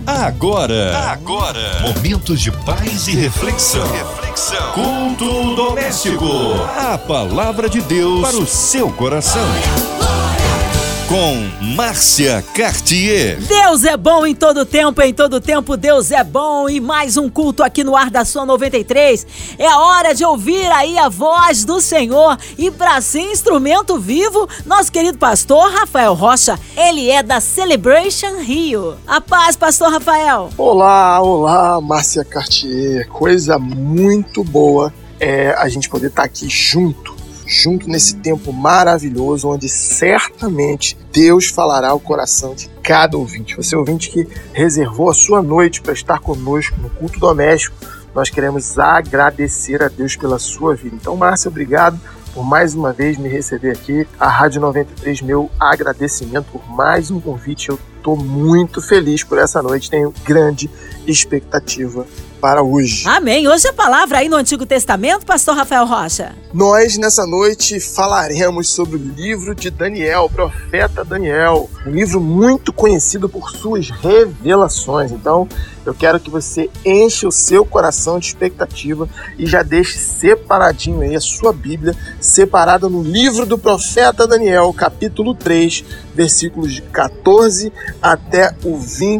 Agora, momentos de paz e reflexão. Culto doméstico. A palavra de Deus para o seu coração. Com Márcia Cartier. Deus é bom em todo tempo Deus é bom. E mais um culto aqui no ar da sua 93. É a hora de ouvir aí a voz do Senhor. E para ser instrumento vivo, nosso querido pastor Rafael Rocha, ele é da Celebration Rio. A paz, pastor Rafael. Olá, Márcia Cartier. Coisa muito boa é a gente poder estar aqui junto nesse tempo maravilhoso, onde certamente Deus falará ao coração de cada ouvinte. Você ouvinte que reservou a sua noite para estar conosco no culto doméstico, nós queremos agradecer a Deus pela sua vida. Então, Márcia, obrigado por mais uma vez me receber aqui. A Rádio 93, meu agradecimento por mais um convite. Eu estou muito feliz por essa noite, tenho grande expectativa para hoje. Amém. Hoje a palavra aí no Antigo Testamento, pastor Rafael Rocha. Nós, nessa noite, falaremos sobre o livro de Daniel, o profeta Daniel. Um livro muito conhecido por suas revelações. Então, eu quero que você enche o seu coração de expectativa e já deixe separadinho aí a sua Bíblia, separada no livro do profeta Daniel, capítulo 3, versículos de 14 até o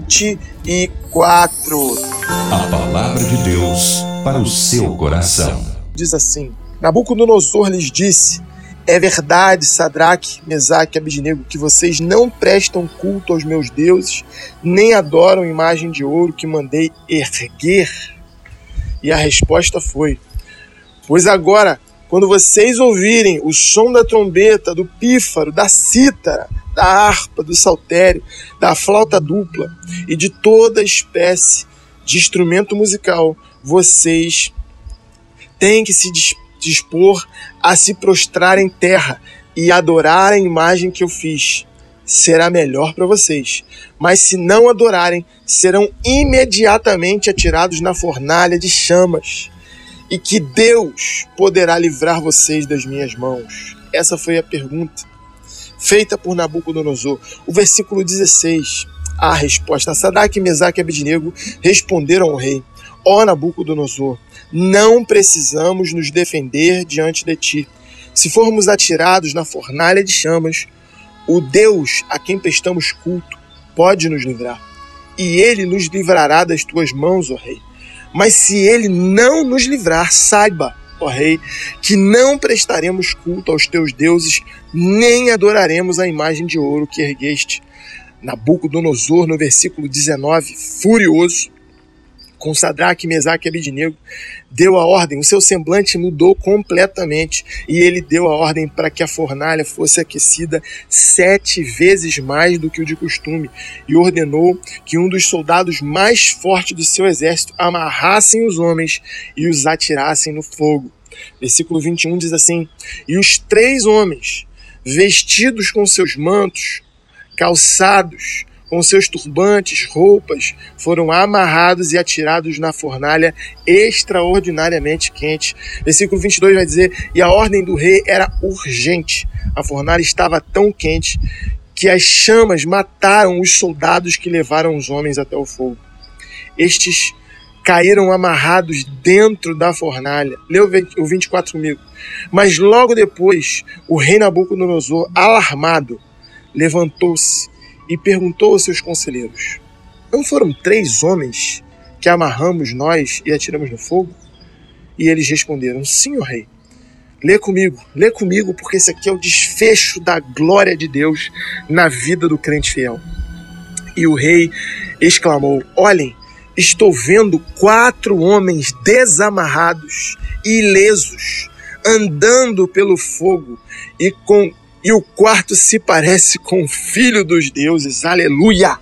24. A palavra de Deus para o seu coração. Diz assim: Nabucodonosor lhes disse: é verdade, Sadraque, Mesaque e Abednego, que vocês não prestam culto aos meus deuses, nem adoram a imagem de ouro que mandei erguer? E a resposta foi: pois agora, quando vocês ouvirem o som da trombeta, do pífaro, da cítara, da harpa, do saltério, da flauta dupla e de toda espécie de instrumento musical, vocês têm que se dispor a se prostrar em terra e adorar a imagem que eu fiz. Será melhor para vocês. Mas se não adorarem, serão imediatamente atirados na fornalha de chamas. E que Deus poderá livrar vocês das minhas mãos? Essa foi a pergunta feita por Nabucodonosor. O versículo 16, a resposta: Sadraque, Mesaque e Abednego responderam ao rei: ó Nabucodonosor, não precisamos nos defender diante de ti. Se formos atirados na fornalha de chamas, o Deus a quem prestamos culto pode nos livrar, e ele nos livrará das tuas mãos, ó rei. Mas se ele não nos livrar, saiba, ó rei, que não prestaremos culto aos teus deuses, nem adoraremos a imagem de ouro que ergueste. Nabucodonosor, no versículo 19, furioso com Sadraque, Mesaque e Abednego, deu a ordem. O seu semblante mudou completamente e ele deu a ordem para que a fornalha fosse aquecida 7 vezes mais do que o de costume, e ordenou que um dos soldados mais fortes do seu exército amarrassem os homens e os atirassem no fogo. Versículo 21 diz assim: e os 3 homens, vestidos com seus mantos, calçados com seus turbantes, roupas, foram amarrados e atirados na fornalha extraordinariamente quente. Versículo 22 vai dizer: e a ordem do rei era urgente. A fornalha estava tão quente que as chamas mataram os soldados que levaram os homens até o fogo. Estes caíram amarrados dentro da fornalha. Lê o 24 comigo. Mas logo depois, o rei Nabucodonosor, alarmado, levantou-se e perguntou aos seus conselheiros: não foram 3 homens que amarramos nós e atiramos no fogo? E eles responderam: sim, ó rei. Lê comigo, porque esse aqui é o desfecho da glória de Deus na vida do crente fiel. E o rei exclamou: olhem, estou vendo 4 homens desamarrados e ilesos, andando pelo fogo, e o quarto se parece com o Filho dos deuses. Aleluia!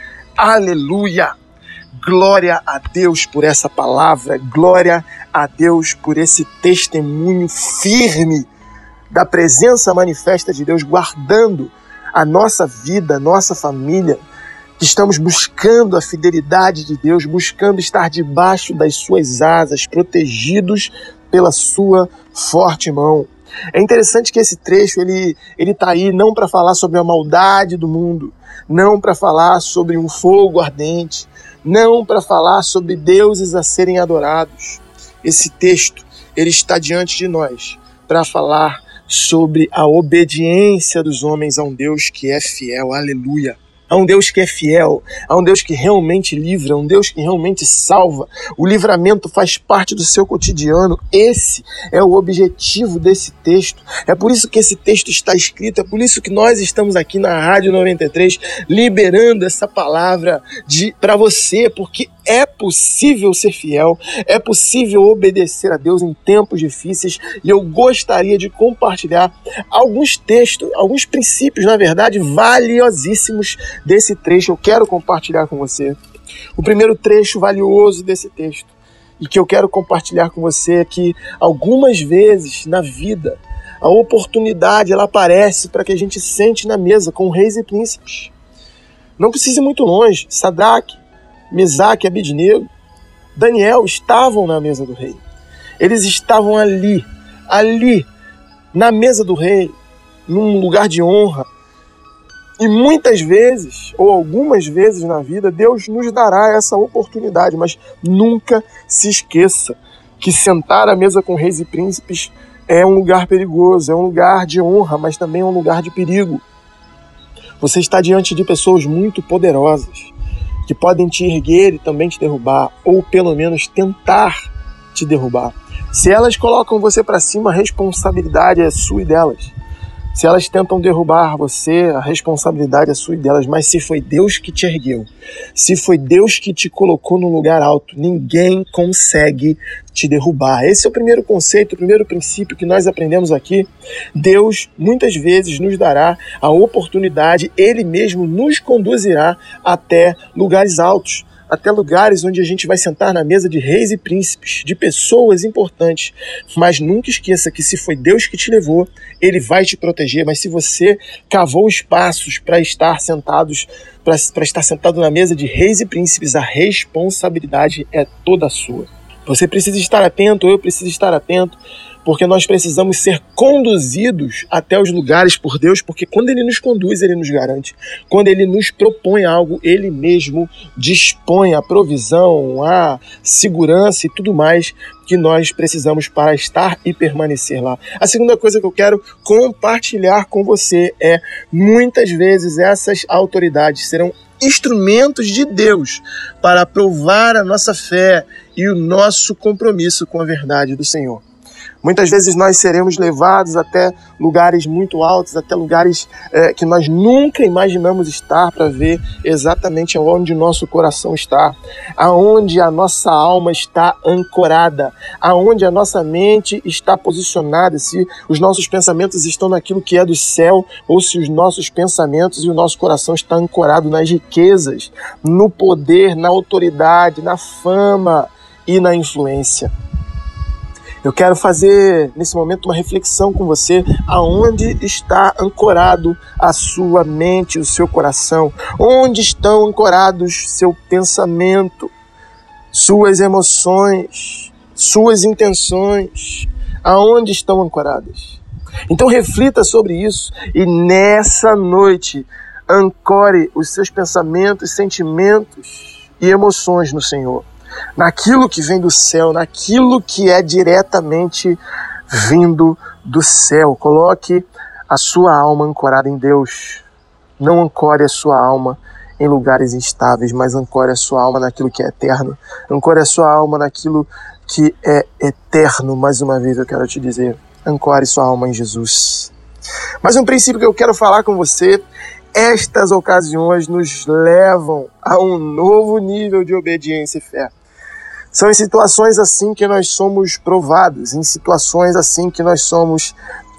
Aleluia! Glória a Deus por essa palavra, glória a Deus por esse testemunho firme da presença manifesta de Deus, guardando a nossa vida, a nossa família, que estamos buscando a fidelidade de Deus, buscando estar debaixo das suas asas, protegidos pela sua forte mão. É interessante que esse trecho ele tá aí não para falar sobre a maldade do mundo, não para falar sobre um fogo ardente, não para falar sobre deuses a serem adorados. Esse texto ele está diante de nós para falar sobre a obediência dos homens a um Deus que é fiel. Aleluia! A um Deus que é fiel, a um Deus que realmente livra, a um Deus que realmente salva. O livramento faz parte do seu cotidiano. Esse é o objetivo desse texto. É por isso que esse texto está escrito, é por isso que nós estamos aqui na Rádio 93 liberando essa palavra para você, porque é possível ser fiel, é possível obedecer a Deus em tempos difíceis, e eu gostaria de compartilhar alguns textos, alguns princípios, na verdade, valiosíssimos desse trecho. Eu quero compartilhar com você. O primeiro trecho valioso desse texto, e que eu quero compartilhar com você, é que algumas vezes na vida, a oportunidade ela aparece para que a gente sente na mesa com reis e príncipes. Não precisa ir muito longe. Sadraque, Mesaque e Abednego, Daniel estavam na mesa do rei. Eles estavam ali, na mesa do rei, num lugar de honra. E muitas vezes, ou algumas vezes na vida, Deus nos dará essa oportunidade, mas nunca se esqueça que sentar à mesa com reis e príncipes é um lugar perigoso, é um lugar de honra, mas também é um lugar de perigo. Você está diante de pessoas muito poderosas, que podem te erguer e também te derrubar, ou pelo menos tentar te derrubar. Se elas colocam você para cima, a responsabilidade é sua e delas. Se elas tentam derrubar você, a responsabilidade é sua e delas. Mas se foi Deus que te ergueu, se foi Deus que te colocou num lugar alto, ninguém consegue te derrubar. Esse é o primeiro conceito, o primeiro princípio que nós aprendemos aqui. Deus muitas vezes nos dará a oportunidade, Ele mesmo nos conduzirá até lugares altos, até lugares onde a gente vai sentar na mesa de reis e príncipes, de pessoas importantes. Mas nunca esqueça que se foi Deus que te levou, Ele vai te proteger. Mas se você cavou espaços para estar sentado na mesa de reis e príncipes, a responsabilidade é toda sua. Você precisa estar atento, eu preciso estar atento, porque nós precisamos ser conduzidos até os lugares por Deus, porque quando Ele nos conduz, Ele nos garante. Quando Ele nos propõe algo, Ele mesmo dispõe a provisão, a segurança e tudo mais que nós precisamos para estar e permanecer lá. A segunda coisa que eu quero compartilhar com você é, muitas vezes essas autoridades serão instrumentos de Deus para provar a nossa fé e o nosso compromisso com a verdade do Senhor. Muitas vezes nós seremos levados até lugares muito altos, até lugares que nós nunca imaginamos estar, para ver exatamente onde o nosso coração está, aonde a nossa alma está ancorada, aonde a nossa mente está posicionada, se os nossos pensamentos estão naquilo que é do céu, ou se os nossos pensamentos e o nosso coração está ancorado nas riquezas, no poder, na autoridade, na fama e na influência. Eu quero fazer, nesse momento, uma reflexão com você, aonde está ancorado a sua mente, o seu coração, onde estão ancorados seu pensamento, suas emoções, suas intenções, aonde estão ancoradas. Então reflita sobre isso e nessa noite ancore os seus pensamentos, sentimentos e emoções no Senhor, naquilo que vem do céu, naquilo que é diretamente vindo do céu. Coloque a sua alma ancorada em Deus. Não ancore a sua alma em lugares instáveis, mas ancore a sua alma naquilo que é eterno. Ancore a sua alma naquilo que é eterno. Mais uma vez eu quero te dizer, ancore sua alma em Jesus. Mas um princípio que eu quero falar com você, estas ocasiões nos levam a um novo nível de obediência e fé. São em situações assim que nós somos provados, em situações assim que nós somos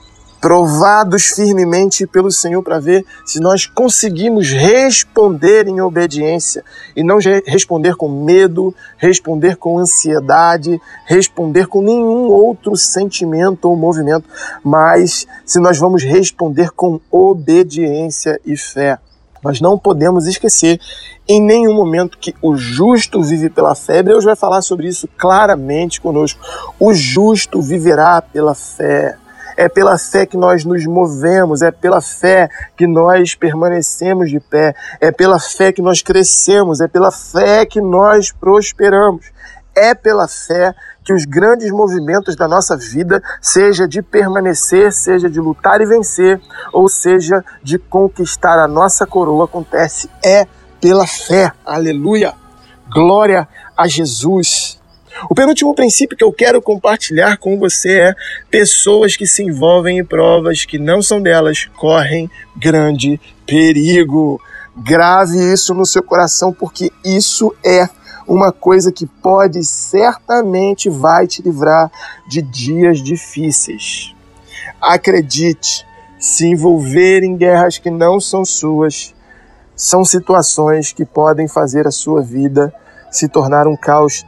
provados firmemente pelo Senhor para ver se nós conseguimos responder em obediência e não responder com medo, responder com ansiedade, responder com nenhum outro sentimento ou movimento, mas se nós vamos responder com obediência e fé. Nós não podemos esquecer em nenhum momento que o justo vive pela fé. Hebreus vai falar sobre isso claramente conosco. O justo viverá pela fé. é pela fé que nós nos movemos, é pela fé que nós permanecemos de pé, é pela fé que nós crescemos, é pela fé que nós prosperamos, é pela fé que os grandes movimentos da nossa vida, seja de permanecer, seja de lutar e vencer, ou seja de conquistar a nossa coroa, acontece, é pela fé. Aleluia! Glória a Jesus! O penúltimo princípio que eu quero compartilhar com você é: pessoas que se envolvem em provas que não são delas correm grande perigo. Grave isso no seu coração, porque isso é uma coisa que pode, certamente vai te livrar de dias difíceis. Acredite, se envolver em guerras que não são suas, são situações que podem fazer a sua vida se tornar um caos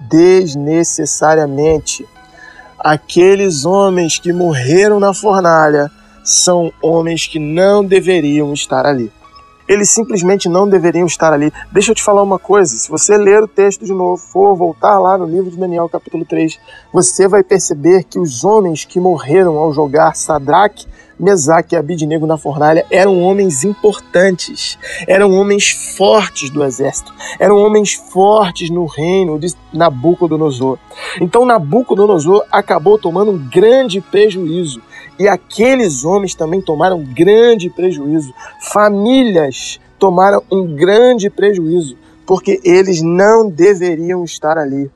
desnecessariamente. Aqueles homens que morreram na fornalha são homens que não deveriam estar ali. Eles simplesmente não deveriam estar ali. Deixa eu te falar uma coisa, se você ler o texto de novo, for voltar lá no livro de Daniel, capítulo 3, você vai perceber que os homens que morreram ao jogar Sadraque, Mesaque e Abidnego na fornalha eram homens importantes, eram homens fortes do exército, eram homens fortes no reino de Nabucodonosor. Então Nabucodonosor acabou tomando um grande prejuízo, e aqueles homens também tomaram grande prejuízo. Famílias tomaram um grande prejuízo, porque eles não deveriam estar ali.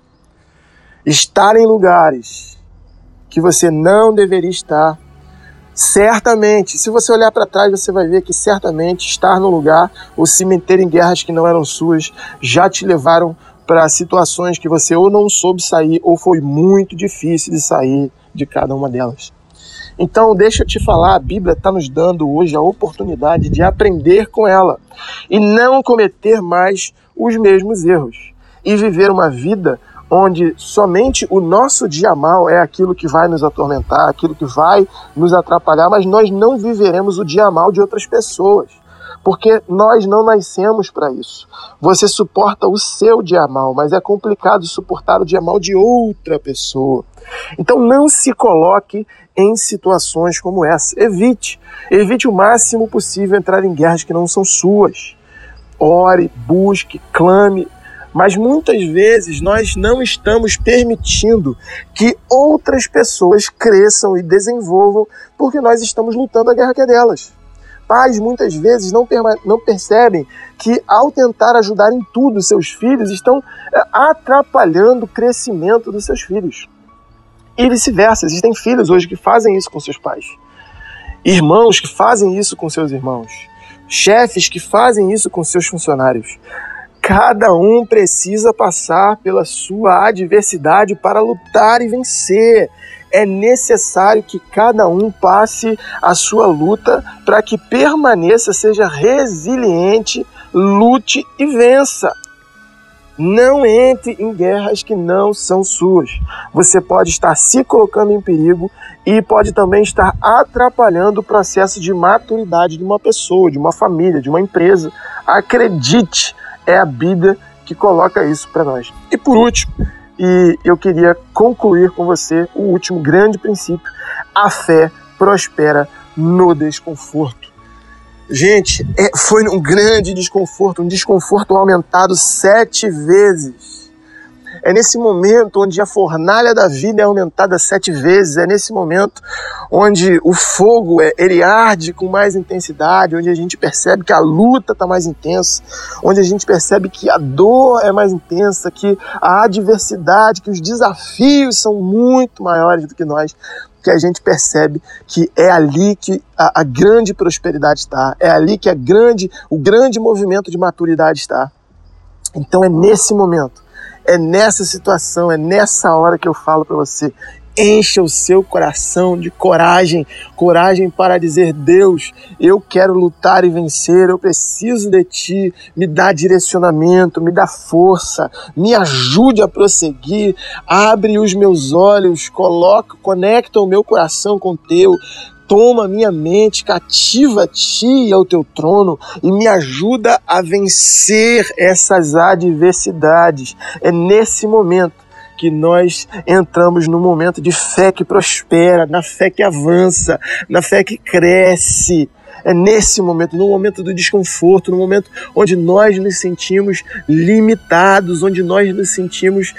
Estar em lugares que você não deveria estar. Certamente, se você olhar para trás, você vai ver que certamente estar no lugar ou se meter em guerras que não eram suas já te levaram para situações que você ou não soube sair ou foi muito difícil de sair de cada uma delas. Então, deixa eu te falar, a Bíblia está nos dando hoje a oportunidade de aprender com ela e não cometer mais os mesmos erros e viver uma vida onde somente o nosso dia mal é aquilo que vai nos atormentar, aquilo que vai nos atrapalhar, mas nós não viveremos o dia mal de outras pessoas, porque nós não nascemos para isso. Você suporta o seu dia mal, mas é complicado suportar o dia mal de outra pessoa. Então não se coloque em situações como essa. Evite o máximo possível entrar em guerras que não são suas. Ore, busque, clame, mas muitas vezes nós não estamos permitindo que outras pessoas cresçam e desenvolvam porque nós estamos lutando a guerra que é delas. Pais muitas vezes não percebem que ao tentar ajudar em tudo seus filhos estão atrapalhando o crescimento dos seus filhos. E vice-versa, existem filhos hoje que fazem isso com seus pais, irmãos que fazem isso com seus irmãos, chefes que fazem isso com seus funcionários. Cada um precisa passar pela sua adversidade para lutar e vencer. É necessário que cada um passe a sua luta para que permaneça, seja resiliente, lute e vença. Não entre em guerras que não são suas. Você pode estar se colocando em perigo e pode também estar atrapalhando o processo de maturidade de uma pessoa, de uma família, de uma empresa. Acredite, é a Bíblia que coloca isso para nós. E por último, e eu queria concluir com você o último grande princípio: a fé prospera no desconforto. Gente, foi um grande desconforto, um desconforto aumentado 7 vezes. É nesse momento onde a fornalha da vida é aumentada 7 vezes, é nesse momento onde o fogo ele arde com mais intensidade, onde a gente percebe que a luta está mais intensa, onde a gente percebe que a dor é mais intensa, que a adversidade, que os desafios são muito maiores do que nós, que a gente percebe que é ali que a grande prosperidade está, é ali que o grande movimento de maturidade está. Então é nesse momento, é nessa situação, é nessa hora que eu falo para você: encha o seu coração de coragem, coragem para dizer: Deus, eu quero lutar e vencer, eu preciso de Ti, me dá direcionamento, me dá força, me ajude a prosseguir, abre os meus olhos, conecta o meu coração com o Teu, toma minha mente, cativa a Ti e ao Teu trono e me ajuda a vencer essas adversidades. É nesse momento que nós entramos num momento de fé que prospera, na fé que avança, na fé que cresce. É nesse momento, no momento do desconforto, no momento onde nós nos sentimos limitados, onde nós nos sentimos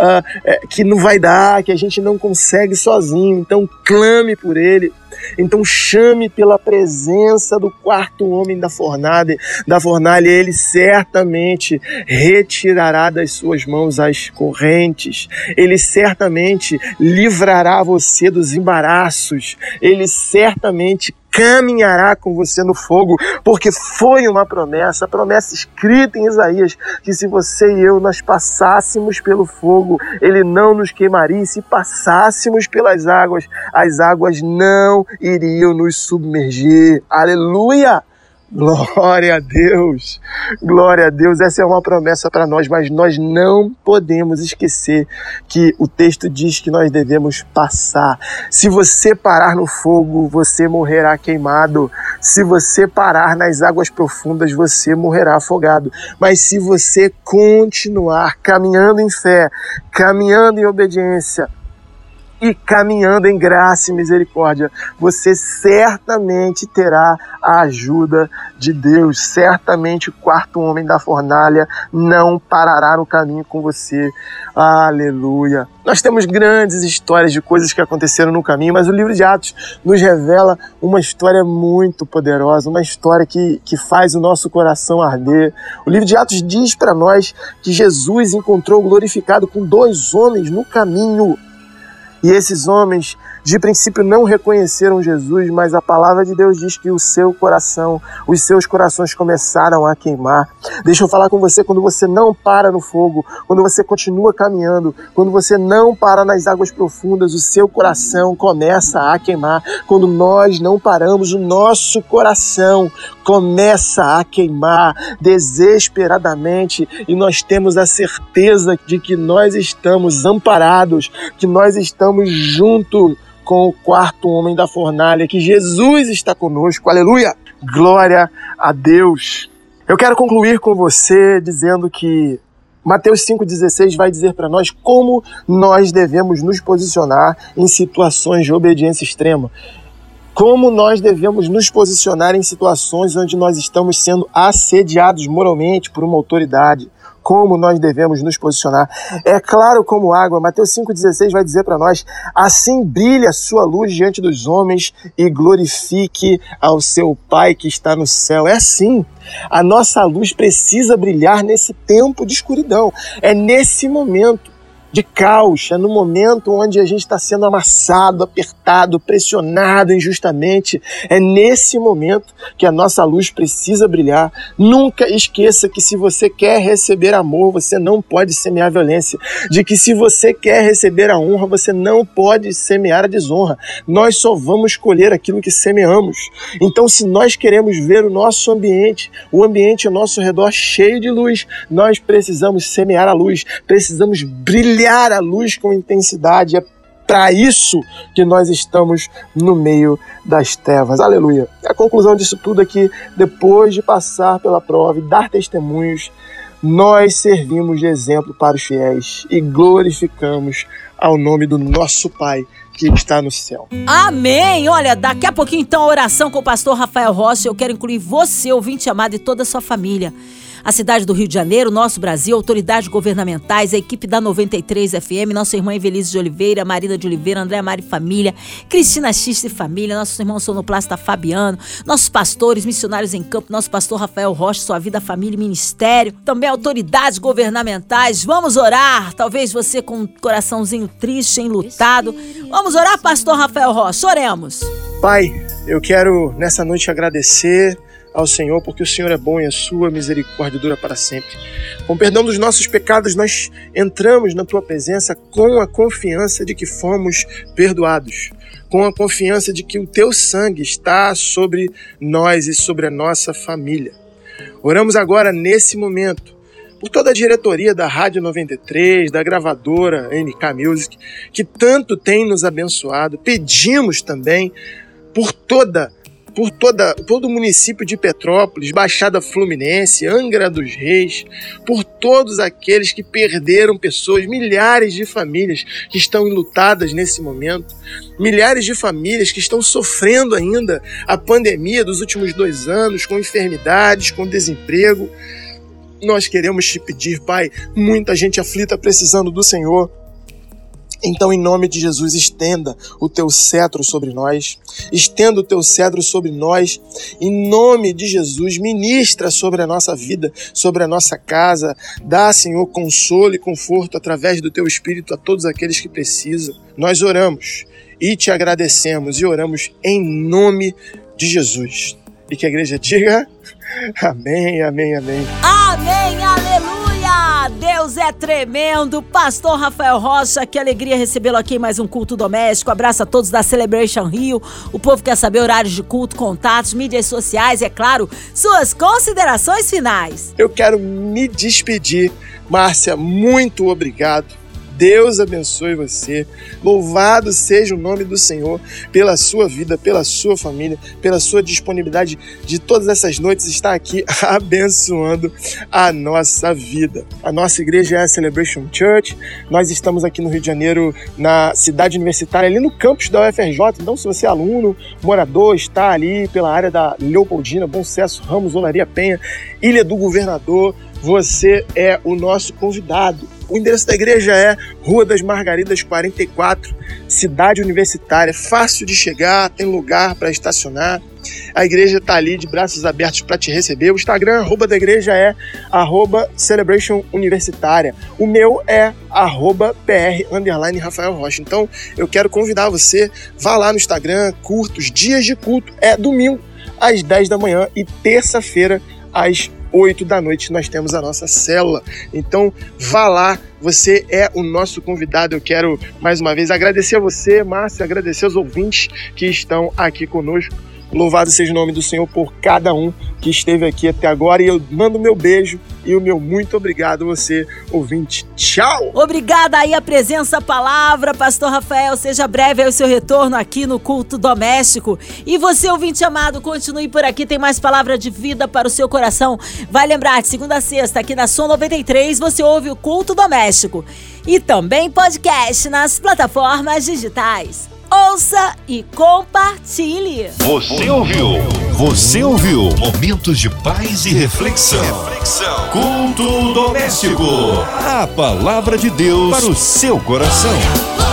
que não vai dar, que a gente não consegue sozinho. Então clame por Ele. Então chame pela presença do quarto homem da fornalha. Ele certamente retirará das suas mãos as correntes. Ele certamente livrará você dos embaraços. Ele certamente caminhará com você no fogo, porque foi uma promessa, a promessa escrita em Isaías, que se você e eu nós passássemos pelo fogo, ele não nos queimaria, e se passássemos pelas águas, as águas não iriam nos submergir. Aleluia! Glória a Deus, glória a Deus, essa é uma promessa para nós, mas nós não podemos esquecer que o texto diz que nós devemos passar. Se você parar no fogo, você morrerá queimado. Se você parar nas águas profundas, você morrerá afogado. Mas se você continuar caminhando em fé, caminhando em obediência, e caminhando em graça e misericórdia, você certamente terá a ajuda de Deus. Certamente o quarto homem da fornalha não parará no caminho com você. Aleluia! Nós temos grandes histórias de coisas que aconteceram no caminho, mas o livro de Atos nos revela uma história muito poderosa, uma história que faz o nosso coração arder. O livro de Atos diz para nós que Jesus encontrou glorificado com 2 homens no caminho. E esses homens, de princípio, não reconheceram Jesus, mas a palavra de Deus diz que os seus corações começaram a queimar. Deixa eu falar com você, quando você não para no fogo, quando você continua caminhando, quando você não para nas águas profundas, o seu coração começa a queimar. Quando nós não paramos, o nosso coração começa a queimar desesperadamente, e nós temos a certeza de que nós estamos amparados, que nós estamos junto com o quarto homem da fornalha, que Jesus está conosco. Aleluia! Glória a Deus! Eu quero concluir com você dizendo que Mateus 5,16 vai dizer para nós como nós devemos nos posicionar em situações de obediência extrema. Como nós devemos nos posicionar em situações onde nós estamos sendo assediados moralmente por uma autoridade. Como nós devemos nos posicionar. É claro como água. Mateus 5,16 vai dizer para nós: assim brilhe a sua luz diante dos homens e glorifique ao seu Pai que está no céu. É assim. A nossa luz precisa brilhar nesse tempo de escuridão. É nesse momento de caos, é no momento onde a gente está sendo amassado, apertado, pressionado injustamente. É nesse momento que a nossa luz precisa brilhar. Nunca esqueça que se você quer receber amor, você não pode semear violência. De que se você quer receber a honra, você não pode semear a desonra. Nós só vamos colher aquilo que semeamos. Então, se nós queremos ver o nosso ambiente, o ambiente ao nosso redor cheio de luz, nós precisamos semear a luz, precisamos brilhar a luz com intensidade. É para isso que nós estamos no meio das trevas. Aleluia! A conclusão disso tudo é que depois de passar pela prova e dar testemunhos, nós servimos de exemplo para os fiéis e glorificamos ao nome do nosso Pai que está no céu. Amém! Olha, daqui a pouquinho então a oração com o pastor Rafael Rocha. Eu quero incluir você, ouvinte amado, e toda a sua família. A cidade do Rio de Janeiro, nosso Brasil, autoridades governamentais, a equipe da 93 FM, nossa irmã Evelise de Oliveira, Marina de Oliveira, André Mari Família, Cristina Xista e Família, nossos irmãos sonoplasta Fabiano, nossos pastores, missionários em campo, nosso pastor Rafael Rocha, Sua Vida, Família e Ministério, também autoridades governamentais. Vamos orar, talvez você com um coraçãozinho triste, enlutado. Vamos orar, pastor Rafael Rocha, oremos. Pai, eu quero nessa noite agradecer ao Senhor, porque o Senhor é bom e a sua misericórdia dura para sempre. Com perdão dos nossos pecados, nós entramos na tua presença com a confiança de que fomos perdoados, com a confiança de que o teu sangue está sobre nós e sobre a nossa família. Oramos agora, nesse momento, por toda a diretoria da Rádio 93, da gravadora NK Music, que tanto tem nos abençoado. Pedimos também por toda por todo o município de Petrópolis, Baixada Fluminense, Angra dos Reis, por todos aqueles que perderam pessoas, milhares de famílias que estão enlutadas nesse momento, milhares de famílias que estão sofrendo ainda a pandemia dos últimos 2 anos, com enfermidades, com desemprego. Nós queremos te pedir, Pai, muita gente aflita precisando do Senhor. Então, em nome de Jesus, estenda o teu cetro sobre nós. Estenda o teu cetro sobre nós. Em nome de Jesus, ministra sobre a nossa vida, sobre a nossa casa. Dá, Senhor, consolo e conforto através do teu Espírito a todos aqueles que precisam. Nós oramos e te agradecemos e oramos em nome de Jesus. E que a igreja diga amém, amém, amém. Amém, aleluia! Deus é tremendo. Pastor Rafael Rocha, que alegria recebê-lo aqui em mais um culto doméstico. Abraço a todos da Celebration Rio. O povo quer saber horários de culto, contatos, mídias sociais e, é claro, suas considerações finais. Eu quero me despedir. Márcia, muito obrigado. Deus abençoe você. Louvado seja o nome do Senhor pela sua vida, pela sua família, pela sua disponibilidade de todas essas noites estar aqui abençoando a nossa vida. A nossa igreja é a Celebration Church. Nós estamos aqui no Rio de Janeiro, na cidade universitária, ali no campus da UFRJ. Então, se você é aluno, morador, está ali pela área da Leopoldina, Bom Sucesso, Ramos, Olaria Penha, Ilha do Governador, você é o nosso convidado. O endereço da igreja é Rua das Margaridas 44, cidade universitária, fácil de chegar, tem lugar para estacionar. A igreja está ali de braços abertos para te receber. O Instagram, da igreja é @celebrationuniversitária. O meu é @pr_Rafael Rocha. Então, eu quero convidar você, vá lá no Instagram, curta os dias de culto. É domingo às 10 da manhã e terça-feira às 8 da noite nós temos a nossa célula. Então vá lá, você é o nosso convidado. Eu quero mais uma vez agradecer a você, Márcia, agradecer aos ouvintes que estão aqui conosco. Louvado seja o nome do Senhor por cada um que esteve aqui até agora. E eu mando meu beijo e o meu muito obrigado a você, ouvinte. Tchau! Obrigada aí a presença, a palavra, Pastor Rafael. Seja breve aí o seu retorno aqui no culto doméstico. E você, ouvinte amado, continue por aqui. Tem mais palavra de vida para o seu coração. Vai lembrar, de segunda a sexta, aqui na Som 93, você ouve o culto doméstico. E também podcast nas plataformas digitais. Ouça e compartilhe. Você ouviu Momentos de Paz e Reflexão. Culto doméstico. A palavra de Deus para o seu coração.